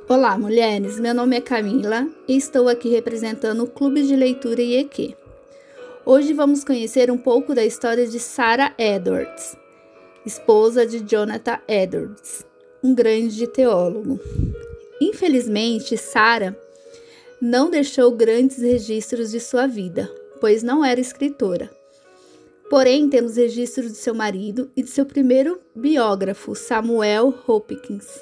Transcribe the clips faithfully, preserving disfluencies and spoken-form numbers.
Olá, mulheres! Meu nome é Camila e estou aqui representando o Clube de Leitura I E Q. Hoje vamos conhecer um pouco da história de Sarah Edwards, esposa de Jonathan Edwards, um grande teólogo. Infelizmente, Sarah não deixou grandes registros de sua vida, pois não era escritora. Porém, temos registros de seu marido e de seu primeiro biógrafo, Samuel Hopkins.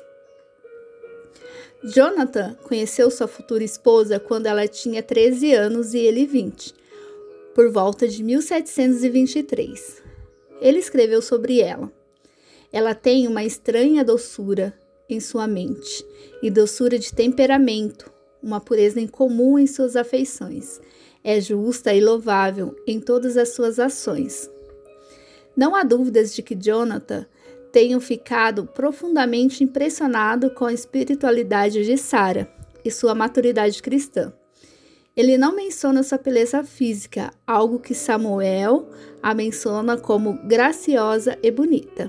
Jonathan conheceu sua futura esposa quando ela tinha treze anos e ele vinte, por volta de mil setecentos e vinte e três. Ele escreveu sobre ela. Ela tem uma estranha doçura em sua mente e doçura de temperamento, uma pureza incomum em suas afeições. É justa e louvável em todas as suas ações. Não há dúvidas de que Jonathan tenha ficado profundamente impressionado com a espiritualidade de Sarah e sua maturidade cristã. Ele não menciona sua beleza física, algo que Samuel a menciona como graciosa e bonita.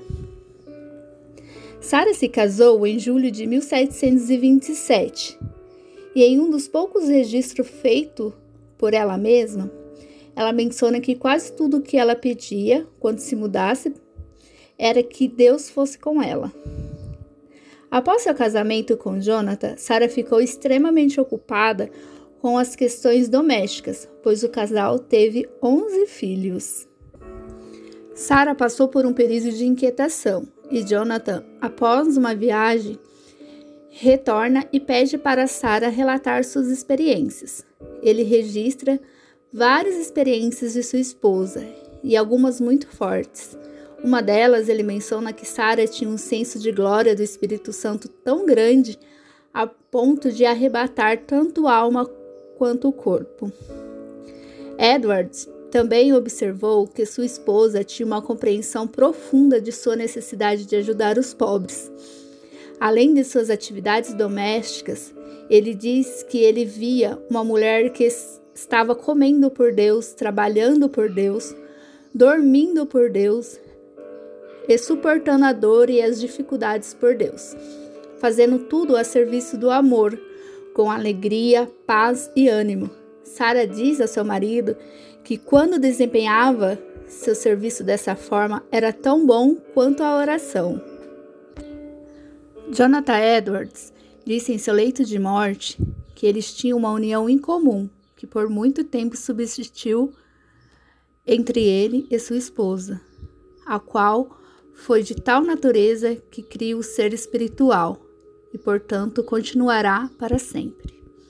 Sarah se casou em julho de mil setecentos e vinte e sete e em um dos poucos registros feitos por ela mesma, ela menciona que quase tudo o que ela pedia quando se mudasse era que Deus fosse com ela. Após seu casamento com Jonathan, Sarah ficou extremamente ocupada com as questões domésticas, pois o casal teve onze filhos. Sarah passou por um período de inquietação e Jonathan, após uma viagem, retorna e pede para Sarah relatar suas experiências. Ele registra várias experiências de sua esposa e algumas muito fortes. Uma delas, ele menciona que Sarah tinha um senso de glória do Espírito Santo tão grande a ponto de arrebatar tanto a alma quanto o corpo. Edwards também observou que sua esposa tinha uma compreensão profunda de sua necessidade de ajudar os pobres. Além de suas atividades domésticas, ele diz que ele via uma mulher que estava comendo por Deus, trabalhando por Deus, dormindo por Deus, e suportando a dor e as dificuldades por Deus, fazendo tudo a serviço do amor, com alegria, paz e ânimo. Sarah diz a seu marido que quando desempenhava seu serviço dessa forma, era tão bom quanto a oração. Jonathan Edwards disse em seu leito de morte que eles tinham uma união incomum, que por muito tempo subsistiu entre ele e sua esposa, a qual foi de tal natureza que cria o ser espiritual e, portanto, continuará para sempre.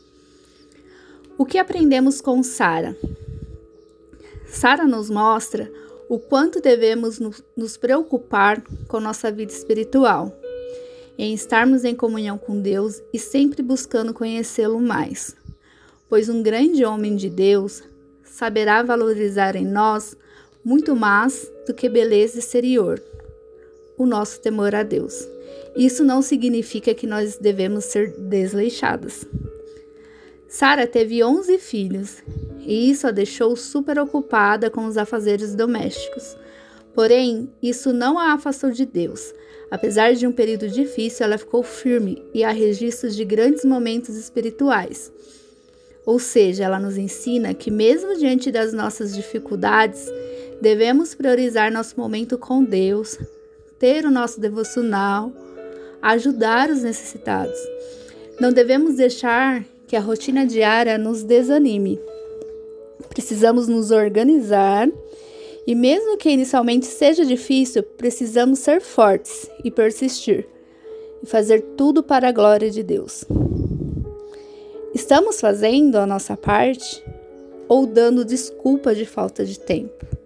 O que aprendemos com Sarah? Sarah nos mostra o quanto devemos nos preocupar com nossa vida espiritual, em estarmos em comunhão com Deus e sempre buscando conhecê-lo mais, pois um grande homem de Deus saberá valorizar em nós muito mais do que beleza exterior, o nosso temor a Deus. Isso não significa que nós devemos ser desleixadas. Sarah teve onze filhos e isso a deixou super ocupada com os afazeres domésticos. Porém, isso não a afastou de Deus. Apesar de um período difícil, ela ficou firme e há registros de grandes momentos espirituais. Ou seja, ela nos ensina que mesmo diante das nossas dificuldades, devemos priorizar nosso momento com Deus, ter o nosso devocional, ajudar os necessitados. Não devemos deixar que a rotina diária nos desanime. Precisamos nos organizar e mesmo que inicialmente seja difícil, precisamos ser fortes e persistir e fazer tudo para a glória de Deus. Estamos fazendo a nossa parte ou dando desculpa de falta de tempo?